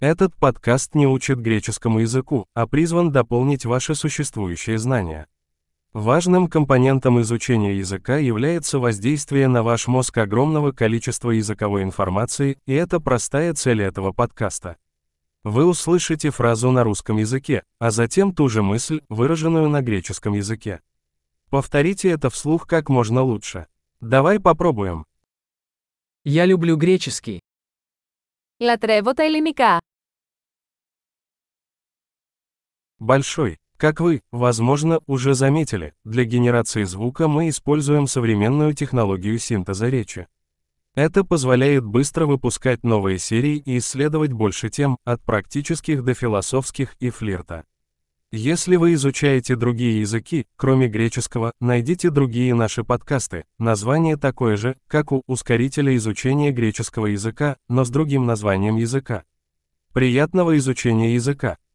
Этот подкаст не учит греческому языку, а призван дополнить ваши существующие знания. Важным компонентом изучения языка является воздействие на ваш мозг огромного количества языковой информации, и это простая цель этого подкаста. Вы услышите фразу на русском языке, а затем ту же мысль, выраженную на греческом языке. Повторите это вслух как можно лучше. Давай попробуем. Я люблю греческий. Λατρεύω τα ελληνικά. Большой. Как вы, возможно, уже заметили, для генерации звука мы используем современную технологию синтеза речи. Это позволяет быстро выпускать новые серии и исследовать больше тем, от практических до философских и флирта. Если вы изучаете другие языки, кроме греческого, найдите другие наши подкасты. Название такое же, как у ускорителя изучения греческого языка, но с другим названием языка. Приятного изучения языка!